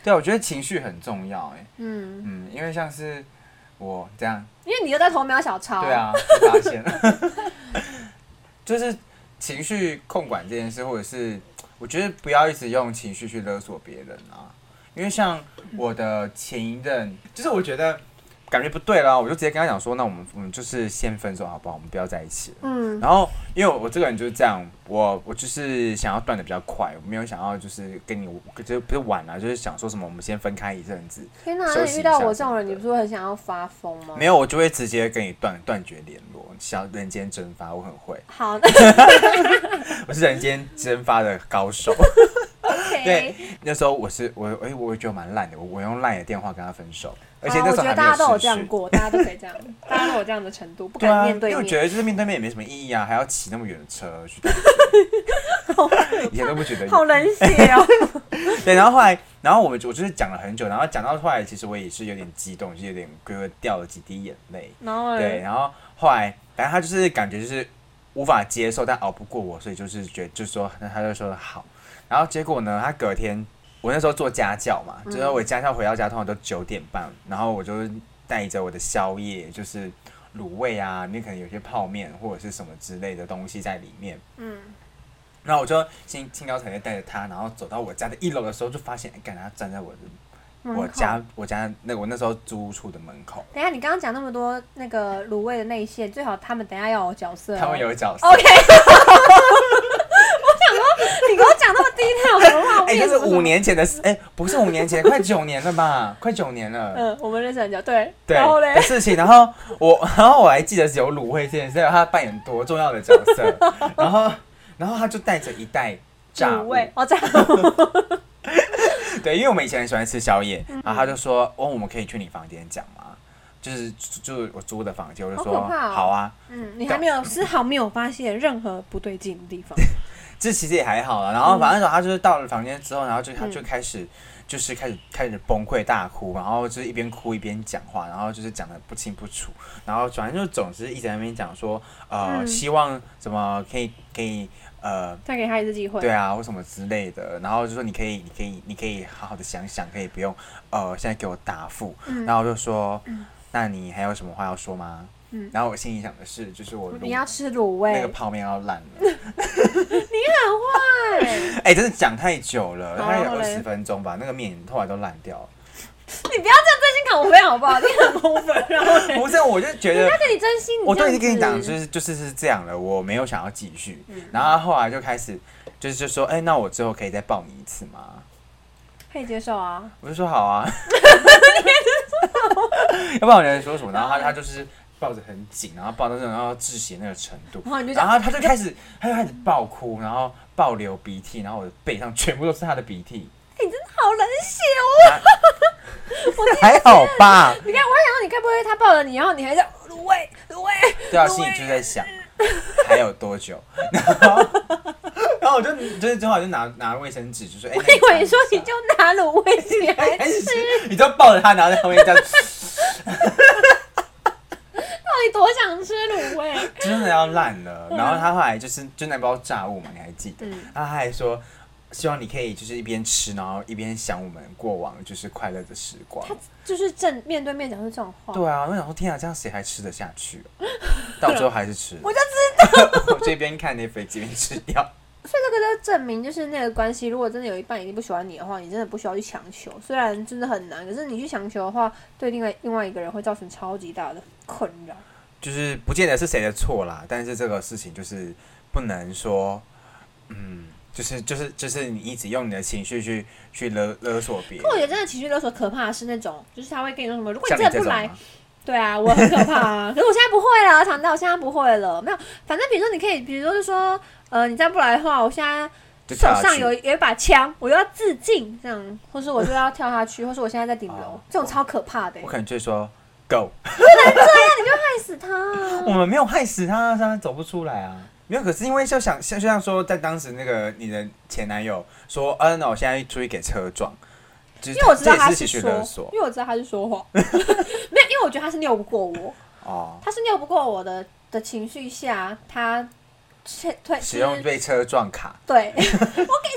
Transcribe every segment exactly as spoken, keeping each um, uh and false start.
对，我觉得情绪很重要哎。嗯嗯，因为像是我这样， 因为你又在偷瞄小抄。 对啊，被发现了。就是情绪控管这件事，或者是我觉得不要一直用情绪去勒索别人啊。因为像我的前一任，就是我觉得感觉不对了，我就直接跟他讲说，那我们我们就是先分手好不好？我们不要在一起了。嗯。然后因为我这个人就是这样，我我就是想要断的比较快，我没有想要就是跟你就不是玩啊，就是想说什么我们先分开一阵子。 天哪，那你遇到我这种人，你不是会很想要发疯吗？ 没有，我就会直接跟你断断绝联络，想人间蒸发，我很会。 好。 我是人间蒸发的高手。 Okay. 对，那时候我是我哎、欸，我觉得蛮烂的，我我用烂的电话跟他分手，而且那时候还没有、啊、我觉得大家都有这样过，大家都可以这样，大家都有这样的程度，不敢面对面。 因为我觉得就是面对面也没什么意义啊，还要骑那么远的车去。以前都不觉得。 好冷血哦。 对，然后后来，然后我们我就是讲了很久，然后讲到后来，其实我也是有点激动，就有点掉了几滴眼泪。 然后对，然后后来，反正他就是感觉就是无法接受，但熬不过我，所以就是觉得就是说，那他就说好。然后结果呢？他隔天，我那时候做家教嘛，就是我家教回到家通常都九点半，然后我就带着我的宵夜，就是卤味啊，里面可能有些泡面或者是什么之类的东西在里面。嗯，然后我就兴兴高采烈带着他，然后走到我家的一楼的时候，就发现，哎，干他站在我的我家我家那我那时候租屋处的门口。 等一下，你刚刚讲那么多那个卤味的内馅，最好他们等一下要有角色、哦。 他们有角色。 OK。你跟我讲那么低调，什么画面？ 哎、欸，这是五年前的事，哎、欸，不是五年前，快九年了吧？快九年了。 嗯，我们认识很久，对。 对。 然后嘞的事情，然后我，然后我还记得是有卤味这件事，他扮演多重要的角色。然后，然后他就带着一袋炸物。 哦，炸物。 对，因为我们以前很喜欢吃宵夜，然后他就说：“哦，我们可以去你房间讲吗？”就是就是我租的房间，我就说：“好, 哦、好啊。” 嗯，你还没有丝毫没有发现任何不对劲的地方。 这其实也还好了，然后反正他就是到了房间之后，然后就他就开始、嗯、就是开始开始崩溃大哭，然后就是一边哭一边讲话，然后就是讲得不清不楚，然后反正就总之一直在那边讲说，呃、嗯，希望什么可以可以呃再给他一次机会， 对啊，或什么之类的，然后就说你可以你可以你可以好好的想想，可以不用呃现在给我答复、嗯，然后我就说、嗯，那你还有什么话要说吗？嗯、然后我心里想的是，就是我你要吃卤味， 那个泡面要烂了。 你很坏， 哎、欸，真的讲太久了，大概有二十分钟吧，那个面后来都烂掉了。 你不要这样真心看我飞好不好？你很 over， 然后不是，我就觉得人家跟你真心， 我都已经跟你讲，就是就是是这样了，我没有想要继续。嗯、然后后来就开始就是就说，哎、欸，那我之后可以再抱你一次吗？ 可以接受啊， 我就说好啊。你也是说，要不然我能说什么？然后他他就是抱着很紧，然后抱到那种要窒息那个程度，然后, 然后他就开始他就开始爆哭，然后爆流鼻涕，然后我的背上全部都是他的鼻涕。 哎、欸，你真的好冷血哦！ 我还好吧？ 你看，我还想说你该不会他抱着你，然后你还在卤味卤味？ 对啊，心里就在想还有多久？然后然后我就就是正好就拿拿卫生纸，就说：“哎、欸， 我以为你说你就拿卤味起来吃， 你就抱着他，然后在后面这样。” 到底多想吃卤味？ 真的要烂了。然后他后来就是就那包炸物嘛，你还记得？嗯、然后他还说希望你可以就是一边吃，然后一边想我们过往就是快乐的时光。 他就是正面对面讲出这种话。 对啊，我想说天啊，这样谁还吃得下去、啊？到最后还是吃了。 我就知道。 我这边看 Netflix 一边吃掉。 所以这个就证明，就是那个关系，如果真的有一半已经不喜欢你的话，你真的不需要去强求。虽然真的很难，可是你去强求的话，对另外另外一个人会造成超级大的困扰。 就是不见得是谁的错啦，但是这个事情就是不能说，嗯，就是就是就是你一直用你的情绪去去勒勒索别人。 可我觉得真的情绪勒索可怕的是那种，就是他会跟你说什么，如果你真的不来。对啊，我很可怕啊！可是我现在不会了，长大我现在不会了。没有，反正比如说你可以，比如说就说，呃，你再不来的话，我现在手上有有一把枪，我要自尽，这样，或是我就要跳下去，或是我现在在顶楼，哦、这种超可怕的、欸。 我可能就会说 ，Go。 不能这样，你就害死他、啊。 我们没有害死他，他走不出来啊。没有，可是因为就想就像说，在当时那个你的前男友说，嗯、呃，那我现在出去给车撞。 因为我知道他是说， 因为我知道他是说谎，没有，因为我觉得他是拗不过我，哦，他是拗不过我的的情绪下，他推使用被车撞卡， 对，我给车撞，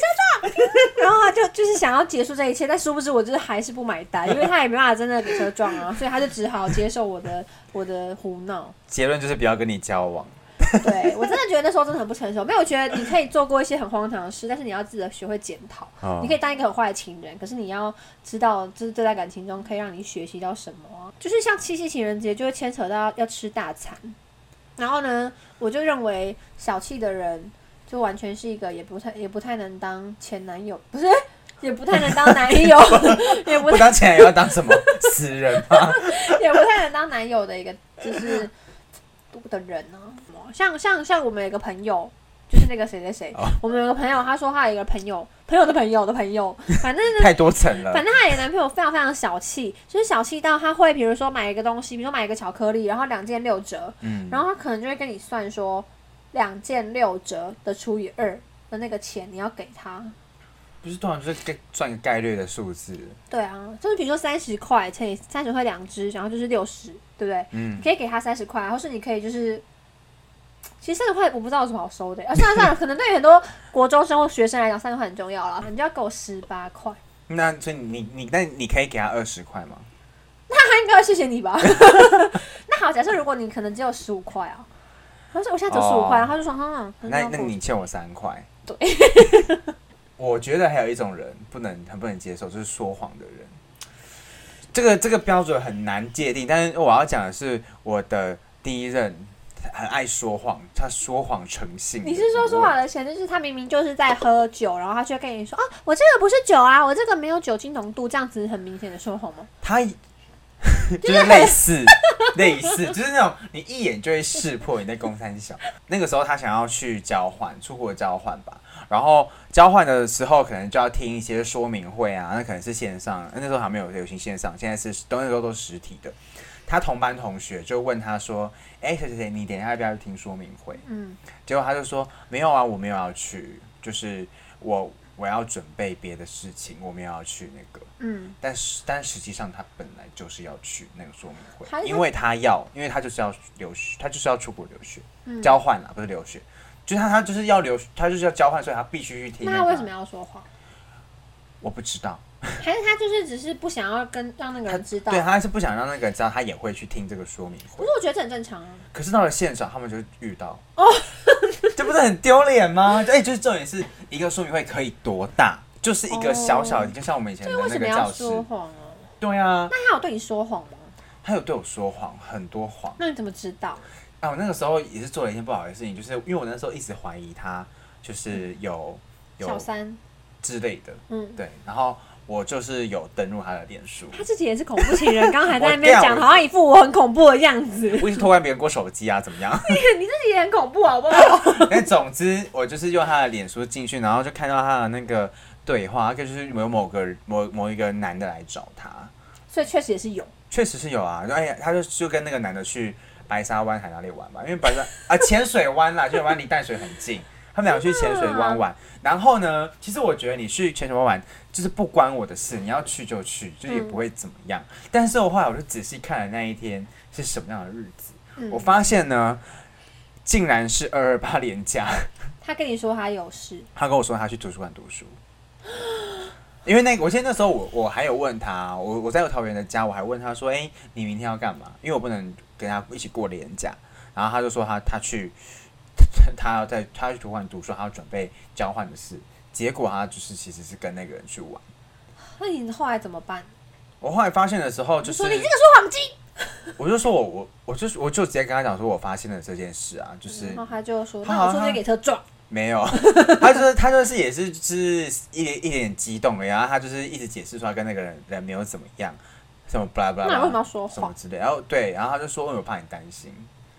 然后他就就是想要结束这一切，但殊不知我就是还是不买单，因为他也没办法真的给车撞啊，所以他就只好接受我的我的胡闹。 结论就是不要跟你交往。 对，我真的觉得那时候真的很不成熟。没有，我觉得你可以做过一些很荒唐的事，但是你要记得学会检讨。哦、你可以当一个很坏的情人，可是你要知道，就是这在感情中可以让你学习到什么、啊。就是像七夕情人节就会牵扯到要吃大餐，然后呢，我就认为小气的人就完全是一个也不太也不太能当前男友，不是。也不太能当男友，也不不当前男友要当什么死人吗？ 也不太能当男友的一个就是的人呢、啊。像像像我们有个朋友，就是那个谁谁谁， oh. 我们有个朋友，他说他有一个朋友，朋友的朋友的朋友，反正太多层了。 反正他有个男朋友非常非常小气，就是小气到他会比如说买一个东西，比如说买一个巧克力，然后两件六折，嗯，然后他可能就会跟你算说两件六折的除以二的那个钱你要给他。 不是通常就是赚个概率的数字。 对啊，就是比如说三十块乘以三十块两只，然后就是六十，对不对？嗯，你可以给他三十块，或是你可以就是，其实三十块我不知道有什么好收的、欸，啊算了算了，可能对于很多国中生或学生来讲，三十块很重要啦，你就要给我十八块。 那所以你你那你可以给他二十块吗？ 那他应该要谢谢你吧？那好，假设如果你可能只有十五块啊，他说我现在只有十五块，然后他就说哈， 那那你欠我三块。 对。 我觉得还有一种人不能很不能接受，就是说谎的人。这个这个标准很难界定，但是我要讲的是我的第一任很爱说谎，他说谎成性。 你是说说谎的前就是他明明就是在喝酒，然后他就会跟你说啊，我这个不是酒啊，我这个没有酒精浓度，这样子很明显的说谎吗？ 他就是类似类似，就是那种你一眼就会识破你在公三小。那个时候他想要去交换，出国交换吧。然后交换的时候，可能就要听一些说明会啊，那可能是线上，那时候还没有流行线上，现在是都那时候都是实体的。他同班同学就问他说：“哎、欸，谁谁谁，你等一下要不要去听说明会？”嗯，结果他就说：“没有啊，我没有要去，就是我我要准备别的事情，我没有要去那个。”嗯，但是但实际上他本来就是要去那个说明会，因为他要，因为他就是要留学，他就是要出国留学，嗯、交换啦，不是留学。就是他，他就是要留，他就是要交换，所以他必须去听、那個。 那他为什么要说谎？ 我不知道。 还是他就是只是不想要跟让那个人知道？ 对，他还是不想让那个人知道，他也会去听这个说明会。 可是我觉得这很正常啊。 可是到了现场，他们就遇到，哦，这不是很丢脸吗？哎、欸，就是重点是一个说明会可以多大，就是一个小小的，就像我们以前的那个教室。 为什么要说谎啊？ 对啊。 那他有对你说谎吗？ 他有对我说谎，很多谎。 那你怎么知道？ 啊，我那个时候也是做了一件不好的事情，就是因为我那时候一直怀疑他就是有有小三之类的，嗯，对，然后我就是有登入他的脸书。 他自己也是恐怖情人，刚刚还在那边讲，好像一副我很恐怖的样子。 我一直偷看别人过手机啊，怎么样？ 你自己也很恐怖，好不好？ 那总之，我就是用他的脸书进去，然后就看到他的那个对话，就是有某个某某一个男的来找他， 所以确实也是有， 确实是有啊。哎呀，他就就跟那个男的去白沙湾还哪里玩嘛？因为白沙啊浅水湾啦，浅水湾离淡水很近，他们俩去浅水湾玩。然后呢，其实我觉得你去浅水湾玩就是不关我的事，你要去就去，就也不会怎么样。嗯、但是我后来我就仔细看了那一天是什么样的日子，嗯、我发现呢，竟然是二二八连假。 他跟你说他有事， 他跟我说他去图书馆读书。因为那个，我记得那时候我我还有问他，我我在我桃园的家，我还问他说：“哎、欸，你明天要干嘛？”因为我不能跟他一起过连假，然后他就说他他去，他要在他去图书馆读书，他要准备交换的事。结果他就是其实是跟那个人去玩。 那你后来怎么办？ 我后来发现的时候，就是你说你这个说谎机， 我就说我我我就我就直接跟他讲说，我发现了这件事啊，就是， 然后他就说，那我说直接给车撞。 没有，他就是他就是也是就是一点一点激动的，然后他就是一直解释说他跟那个人人没有怎么样，什么巴拉巴拉， 那为什么要说谎什么之类，然后对，然后他就说我怕你担心，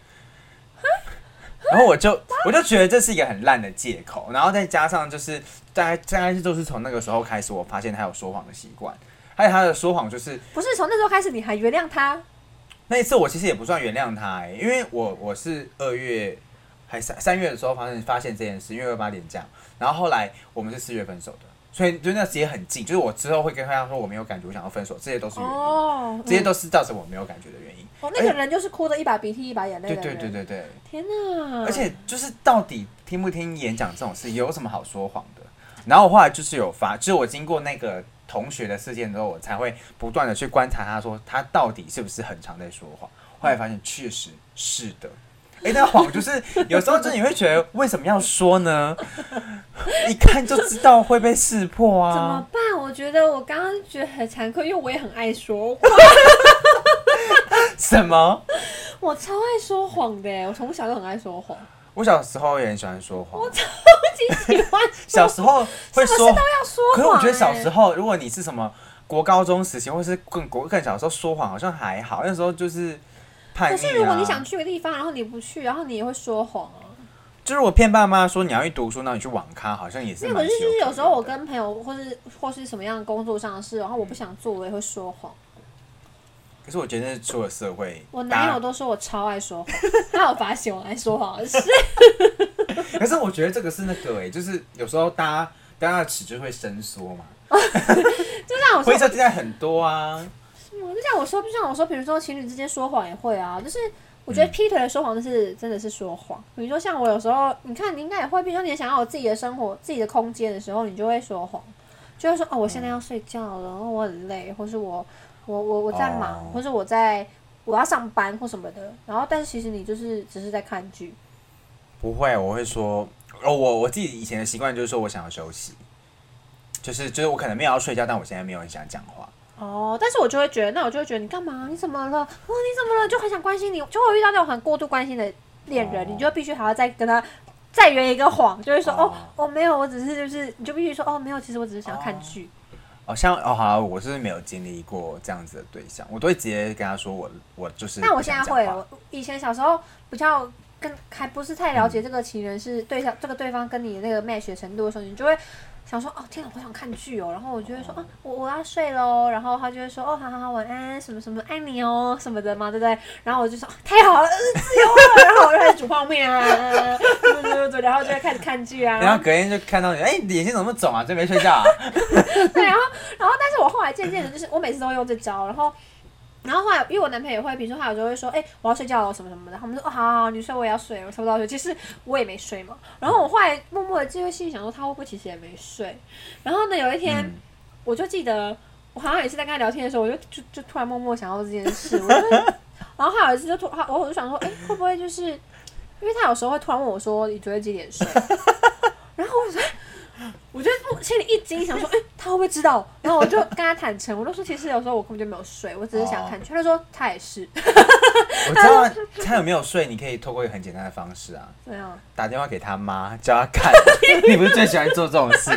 然后我就我就觉得这是一个很烂的借口，然后再加上就是大概大概就是从那个时候开始，我发现他有说谎的习惯，还有他的说谎就是不是从那时候开始你还原谅他？ 那一次我其实也不算原谅他、欸，因为我我是二月。还三三月的时候发现发现这件事，因为二八连假，然后后来我们是四月分手的，所以就那时间很近，就是我之后会跟他说我没有感觉，我想要分手，这些都是原因，哦嗯、这些都是造成我没有感觉的原因。 哦，那个人就是哭的一把鼻涕一把眼泪的人。 对对对对对。 天哪！ 而且就是到底听不听演讲这种事，有什么好说谎的？ 然后我后来就是有发，就是我经过那个同学的事件之后，我才会不断的去观察他说他到底是不是很常在说谎。后来发现确实是的。哎、欸，那谎就是有时候真的你会觉得为什么要说呢？一看就知道会被识破啊。 怎么办？我觉得我刚刚觉得很惭愧，因为我也很爱说谎。 什么？ 我超爱说谎的，我从小就很爱说谎。 我小时候也很喜欢说谎， 我超级喜欢说谎。 小时候会说， 什么事都要说谎。 可是我觉得小时候，如果你是什么国高中时期，或是更国更小的时候说谎，好像还好。那时候就是叛逆啊。 可是如果你想去个地方，然后你不去，然后你也会说谎啊。 就是我骗爸妈说你要去读书，那你去网咖，好像也是蛮有可能的。 可是就是有时候我跟朋友或是或是什么样的工作上的事，然后我不想做，我也会说谎。 可是我觉得出了社会， 我男友都说我超爱说谎，他有发现我爱说谎的事。 可是我觉得这个是那个哎、欸，就是有时候大家大家的尺就会伸缩嘛，就像我说， 灰色地带很多啊。 就像我说，就像我说，比如说情侣之间说谎也会啊，就是我觉得劈腿的说谎是真的是说谎。比如说像我有时候，你看你应该也会，比如说你想要有自己的生活、自己的空间的时候，你就会说谎，就会说哦，我现在要睡觉了，然后我很累，或是我我我我在忙，或是我在我要上班或什么的。然后，但是其实你就是只是在看剧。 不会，我会说哦，我我自己以前的习惯就是说我想要休息，就是就是我可能没有要睡觉，但我现在没有很想讲话。 哦，但是我就会觉得，那我就会觉得你干嘛？你怎么了？哦，你怎么了？就很想关心你，就会遇到那种很过度关心的恋人，哦、你就必须还要再跟他再圆一个谎，就会说哦哦哦没有，我只是就是你就必须说哦没有，其实我只是想要看剧。 哦，像哦好，我是没有经历过这样子的对象，我都会直接跟他说我我就是。 但我现在会了，我以前小时候比较跟还不是太了解这个情人是对象，嗯、这个对方跟你那个 match 的程度的时候，你就会。想说哦天哪，我想看剧哦，然后我就会说啊，我我要睡喽，然后他就会说哦，好好好，晚安，什么什么，爱你哦，什么的嘛，对不对？然后我就说、哦、太好了，自由了，然后我就开始煮泡面啊，对对对，然后就会开始看剧啊。 然后隔天就看到你，哎、欸，你眼睛怎么肿啊？真没睡觉啊？ 对，然后然后但是我后来渐渐的，就是我每次都会用这招，然后。然后后来，因为我男朋友也会，比如说他有时候会说，哎、欸，我要睡觉了什么什么的，他们说，哦，好好好，你睡我也要睡，我差不多要睡。其实我也没睡嘛。然后我后来默默的就会心里想说，他会不会其实也没睡？然后呢，有一天，嗯、我就记得，我好像也是在跟他聊天的时候，我就就就突然默默想到这件事。我就然后他有一次就突，我我就想说，哎、欸，会不会就是，因为他有时候会突然问我说，你昨天几点睡？然后我说。我就心里一惊，想说，哎、欸，他会不会知道？然后我就跟他坦诚，我就说，其实有时候我根本就没有睡，我只是想看剧。他就说他也是。 我知道他有没有睡，你可以透过一个很简单的方式啊， 怎样？ 打电话给他妈，叫他看。你不是最喜欢做这种事？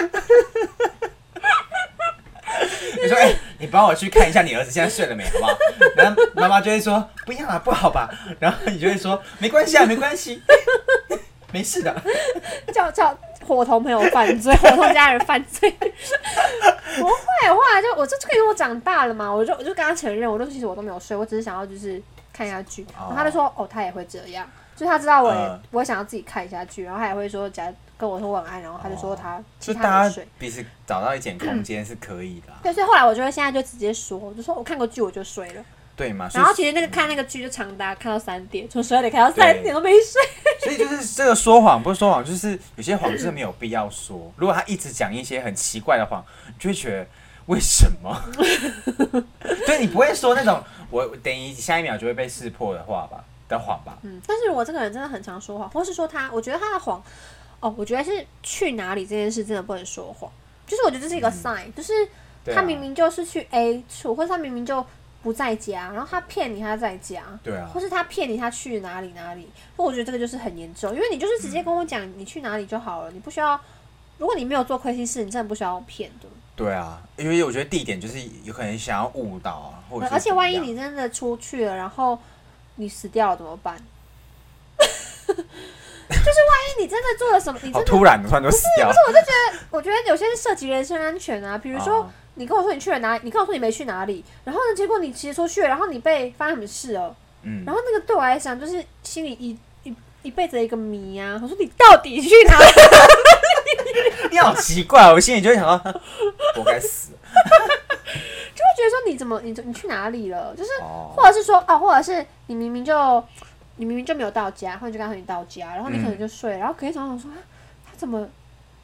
你说，哎、欸，你帮我去看一下你儿子现在睡了没，好不好？然后妈妈就会说，不要啦，不好吧？然后你就会说，没关系啊，没关系，没事的。 叫叫。伙同朋友犯罪，伙同家人犯罪。我会，后来就我就因为我长大了嘛，我就我就跟他承认，我就说其实我都没有睡，我只是想要就是看一下剧。然后他就说哦，他也会这样，就是他知道我也、呃、我也想要自己看一下剧，然后他也会说假如跟我说晚安，然后他就说他其他没睡。 彼此找到一点空间是可以的、啊。 对，所以后来我就会现在就直接说，我就说我看过剧我就睡了。 对嘛？ 然后其实那个看那个剧就长达看到三点，从十二点看到三点都没睡。 所以就是这个说谎不是说谎，就是有些谎就是没有必要说。如果他一直讲一些很奇怪的谎，你就会觉得为什么？对，你不会说那种我等一下一秒就会被识破的话吧的谎吧？ 嗯，但是如果这个人真的很常说谎，或是说他，我觉得他的谎，哦，我觉得是去哪里这件事真的不能说谎。就是我觉得这是一个 sign，、嗯、就是他明明就是去 A 处，或者他明明就。不在家，然后他骗你他在家， 对啊， 或是他骗你他去哪里哪里，我觉得这个就是很严重，因为你就是直接跟我讲你去哪里就好了，你不需要，如果你没有做亏心事，你真的不需要骗的。对啊，因为我觉得地点就是有可能想要误导啊，或者是而且万一你真的出去了，然后你死掉了怎么办？就是万一你真的做了什么，你真的好突然，突然就死掉了。 不是，不是，我就觉得，我觉得有些是涉及人身安全啊，比如说。哦你跟我说你去了哪里？你跟我说你没去哪里？然后呢？结果你其实出去了，然后你被发生什么事了？嗯，然后那个对我来讲就是心里一一一辈子的一个谜啊！我说你到底去哪里？ 你好奇怪，我心里就会想到，我该死了， 就会觉得说你怎么你你去哪里了？就是、哦、或者是说哦，或者是你明明就你明明就没有到家，或者就刚好你到家，然后你可能就睡了，嗯、然后隔天早上说他怎么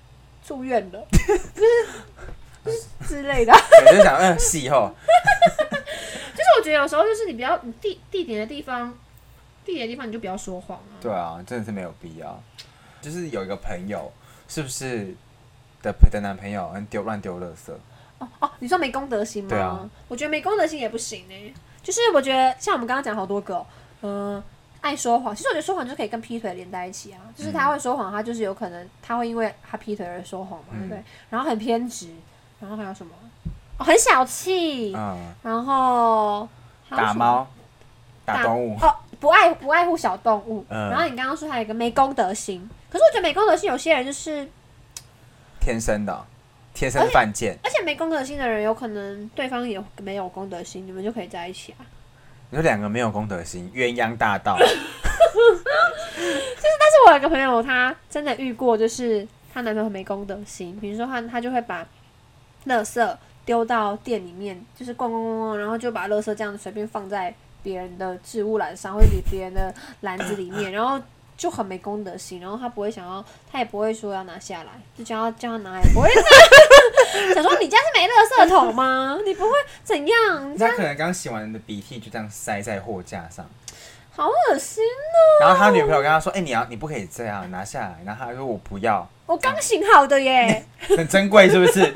住院了，就是之类的。 我就想，嗯，戏后。 就是我觉得有时候就是你不要你地地点的地方，地点的地方你就不要说谎啊。 对啊，真的是没有必要。就是有一个朋友，是不是的的男朋友丢乱丢垃圾？ 哦哦，你说没公德心吗？ 对啊， 我觉得没公德心也不行呢、欸。就是我觉得像我们刚刚讲好多个、哦，嗯、呃，爱说谎。其实我觉得说谎就是可以跟劈腿连在一起啊。就是他会说谎，他就是有可能他会因为他劈腿而说谎嘛，嗯、对不对？然后很偏执，然后还有什么？哦，很小气，嗯，然后打猫、打动物， 哦，不爱不爱护小动物。嗯、然后你刚刚说还有一个没公德心，可是我觉得没公德心有些人就是天生的。天生犯贱， 而且没公德心的人，有可能对方也没有公德心，你们就可以在一起啊。 你说两个没有公德心，鸳鸯大盗。就是， 但是我有一个朋友，他真的遇过，就是她男朋友没公德心，比如说他他就会把垃圾丢到店里面，就是逛逛逛逛，然后就把垃圾这样随便放在别人的置物篮上，或者别人的篮子里面，然后。就很没公德心，然后他不会想要，他也不会说要拿下来，就叫他叫他拿，也不会拿。想说你家是没垃圾桶吗？你不会怎样？ 他可能刚洗完的鼻涕就这样塞在货架上， 好恶心哦。 然后他女朋友跟他说：“哎、欸，你要你不可以这样拿下来。”然后他说：“我不要。” 我刚醒好的耶， 很珍贵是不是？天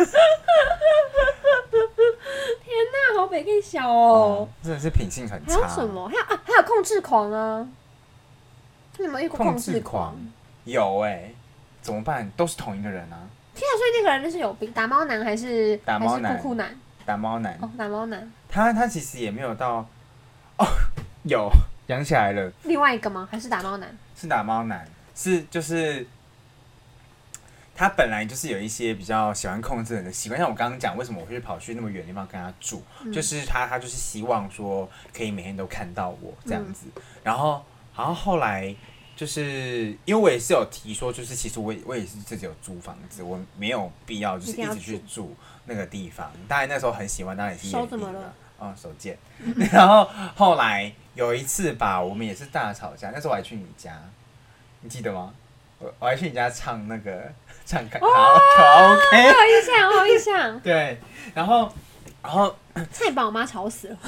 哪，好北更小哦、 嗯，真的是品性很差。 还有什么？还有啊，还有控制狂啊。你有没有遇过控制狂？ 有哎、欸，怎么办？都是同一个人啊！ 天啊，所以那个人就是有病，打猫男还是打猫男？ 酷酷男？ 打猫男。 哦，打猫男。 他他其实也没有到哦，有想起来了。 另外一个吗？还是打猫男？ 是打猫男，是就是他本来就是有一些比较喜欢控制人的习惯，像我刚刚讲，为什么我会跑去那么远的地方跟他住，嗯、就是他他就是希望说可以每天都看到我这样子，嗯、然后然后后来。就是因为我也是有提说，就是其实我也我也是自己有租房子，我没有必要就是一直去住那个地方。当然那时候很喜欢，当然也是手怎么了？ 哦，手贱。然后后来有一次吧，我们也是大吵架，那时候我还去你家，你记得吗？我我还去你家唱那个唱卡拉 OK， 好印象，好印象。 对，然后然后差点把我妈吵死了。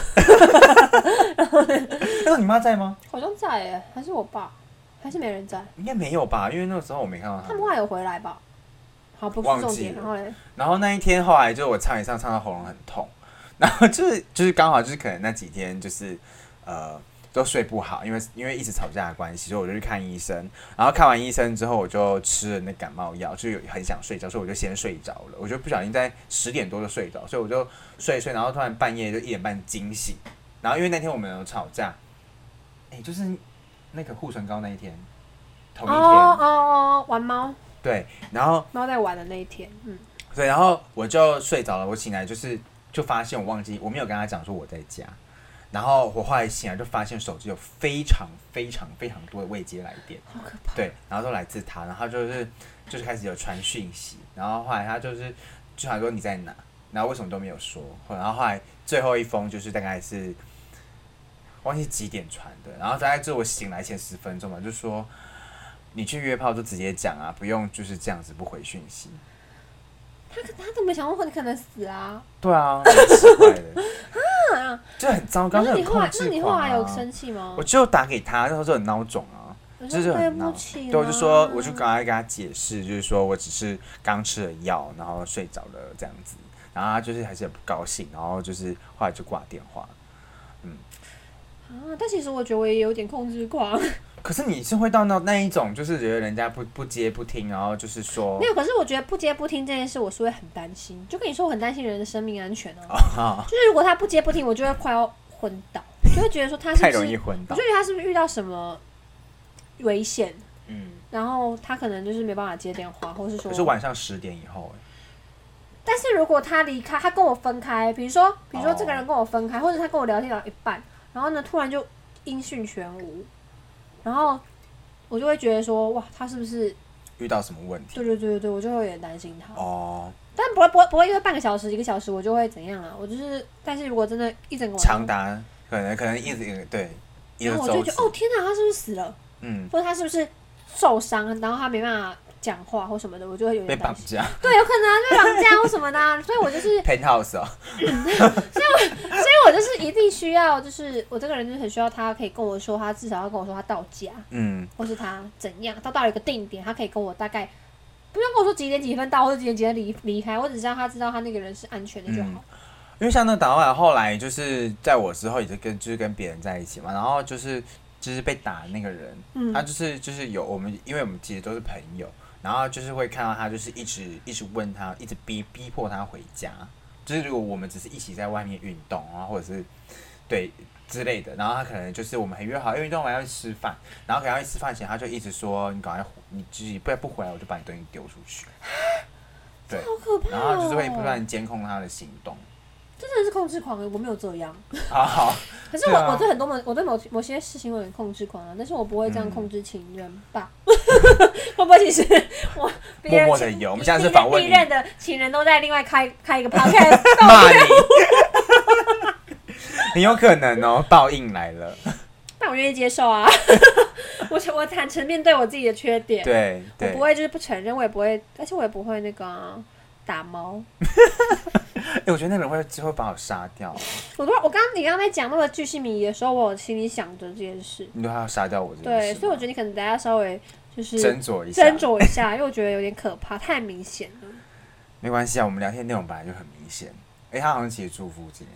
那时候你妈在吗？ 好像在耶，还是我爸？还是没人在？ 应该没有吧，因为那个时候我没看到他们。 他们后来有回来吧？好，不是重点。然后嘞， 然后那一天后来就我唱一唱，唱到喉咙很痛，然后就是就是刚好就是可能那几天就是呃都睡不好，因为因为一直吵架的关系，所以我就去看医生。然后看完医生之后，我就吃了那感冒药，就有很想睡觉，所以我就先睡着了。我就不小心在十点多就睡着，所以我就睡一睡，然后突然半夜就一点半惊醒。然后因为那天我们有吵架，哎、欸，就是。那个护唇膏那一天，同一天哦哦哦，玩猫。 对，然后猫在玩的那一天，嗯， 对，然后我就睡着了。我醒来就是就发现我忘记我没有跟他讲说我在家，然后我后来醒来就发现手机有非常非常非常多的未接来电， 好可怕。 对，然后都来自他，然后就是就是开始有传讯息，然后后来他就是就想说你在哪，然后为什么都没有说，然后后来最后一封就是大概是。忘记几点传的，然后大概就我醒来前十分钟吧，就说你去约炮就直接讲啊，不用就是这样子不回讯息。 他他怎么想过你可能死啊？ 对啊，很奇怪的啊，就很糟糕，就很控制狂啊。 那你后来有生气吗？ 我就打给他，那时候就很孬种啊，就是很孬。对，我就说，我就赶快跟他解释，就是说我只是刚吃了药，然后睡着了这样子，然后他就是还是很不高兴，然后就是后来就挂电话，嗯。 啊，但其实我觉得我也有点控制狂。 可是你是会到那那一种，就是觉得人家不不接不听，然后就是说没有。可是我觉得不接不听这件事，我是会很担心。就跟你说，我很担心人的生命安全啊。哦、就是如果他不接不听，我就会快要昏倒，就会觉得说他是不是太容易昏倒。 我就觉得他是不是遇到什么危险？嗯。然后他可能就是没办法接电话，或是说。 可是晚上十点以后、欸， 但是如果他离开，他跟我分开，比如说，比如说这个人跟我分开，或者他跟我聊天聊一半。然后呢，突然就音讯全无，然后我就会觉得说，哇，他是不是遇到什么问题？ 对对对对对，我就会有点担心他。 哦， 但不会不会不会因为半个小时一个小时我就会怎样啊？我就是，但是如果真的一整个晚上长达可能可能一直对， 然后我就觉得哦天哪，他是不是死了？嗯，或者他是不是受伤，然后他没办法讲话或什么的，我就会有被绑点担心。 架， 对，有可能啊，被绑架或什么的、啊，所以我就是 penthouse 哦， 所以我就是一定需要，就是我这个人就是很需要他可以跟我说，他至少要跟我说他到家， 嗯， 或是他怎样，他到了一个定点，他可以跟我大概不用跟我说几点几分到，或者几点几分离离开，我只知道他知道他那个人是安全的就好。 嗯因为像那个导演后来就是在我之后也是跟就是跟别人在一起嘛，然后就是就是被打的那个人，嗯、他就是就是有我们，因为我们其实都是朋友，然后就是会看到他就是一直一直问他，一直逼逼迫他回家，就是如果我们只是一起在外面运动，然后或者是对之类的，然后他可能就是我们很约好运动完要去吃饭，然后可能要去吃饭前他就一直说你赶快你自己不然不回来我就把你东西丢出去，对， 好可怕、哦！ 然后就是会不断监控他的行动。 这真的是控制狂，我没有这样。 好好， 可是我、 啊、 我对很多某我对某某些事情我很控制狂啊，但是我不会这样控制情人吧？嗯、会不会其实我默默的有？我们现在是访问你， 第一任的情人都在另外开开一个 podcast 骂你，很有可能哦，报应来了。 但我愿意接受啊，我我坦诚面对我自己的缺点， 对， 我不会就是不承认，我也不会，而且我也不会那个、啊、打猫。 哎、欸，我觉得那个人会就会把我杀掉。 我都我刚刚你刚刚在讲那个巨细靡遗的时候，我心里想着这件事。 你都要杀掉我这件事。 对，所以我觉得你可能大家稍微就是斟酌一下， 斟酌一下，因为我觉得有点可怕，太明显了。 没关系啊，我们聊天内容本来就很明显。哎、欸，他好像其实住附近。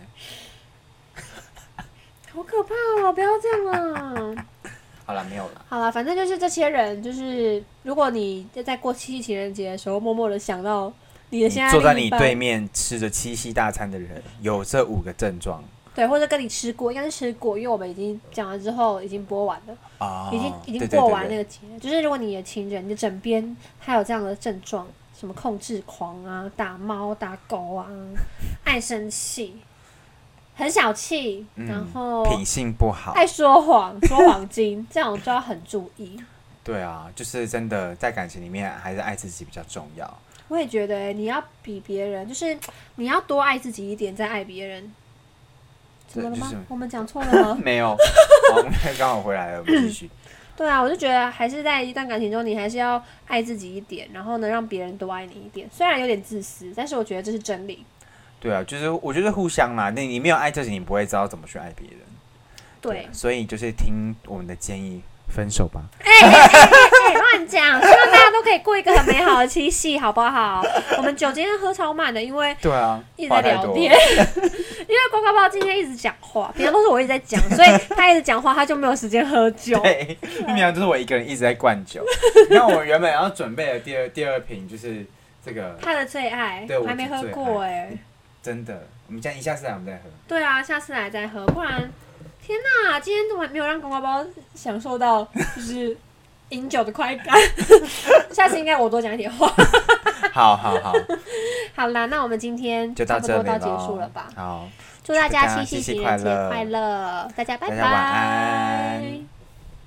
好可怕哦！不要这样啊！ 好了，没有了。 好了，反正就是这些人，就是如果你在过七夕情人节的时候，默默的想到。你的现在坐在你对面吃着七夕大餐的人，有这五个症状。 对，或者跟你吃过，应该是吃过，因为我们已经讲了之后，已经播完了， 哦、 已经已经过完那个节了。就是如果你的情人，你的枕边他有这样的症状，什么控制狂啊、打猫、打狗啊、爱生气、很小气，嗯、然后品性不好、 爱说谎、说谎精，这种就要很注意。 对啊，就是真的在感情里面，还是爱自己比较重要。 我也觉得、欸，你要比别人，就是你要多爱自己一点，再爱别人。怎么了吗？就是、我们讲错了吗？ 没有，好，我们刚好回来了，我们继续。 对啊，我就觉得还是在一段感情中，你还是要爱自己一点，然后呢，让别人多爱你一点。虽然有点自私，但是我觉得这是真理。 对啊，就是我觉得互相嘛，那你没有爱自己，你不会知道怎么去爱别人。 对， 对，所以就是听我们的建议。分手吧！ 哎哎哎哎，乱讲！希望大家都可以过一个很美好的七夕，好不好？我们酒今天喝超慢的，因为对啊， 一直在聊天。因为呱呱包今天一直讲话，平常都是我一直在讲，所以他一直讲话，他就没有时间喝酒。 对，平常就是我一个人一直在灌酒。你看我原本要准备的第二第二瓶就是这个他的最爱， 对， 我还没喝过哎、欸。 真的，我们这样一下次来我们再喝。 对啊，下次来再喝，不然。天哪，今天怎么没有让呱呱包享受到就是饮酒的快感？下次应该我多讲一点话。 好好好， 好啦，那我们今天差不多到结束了吧？ 好， 祝大家七夕情人节快乐，大家拜拜， 大家晚安。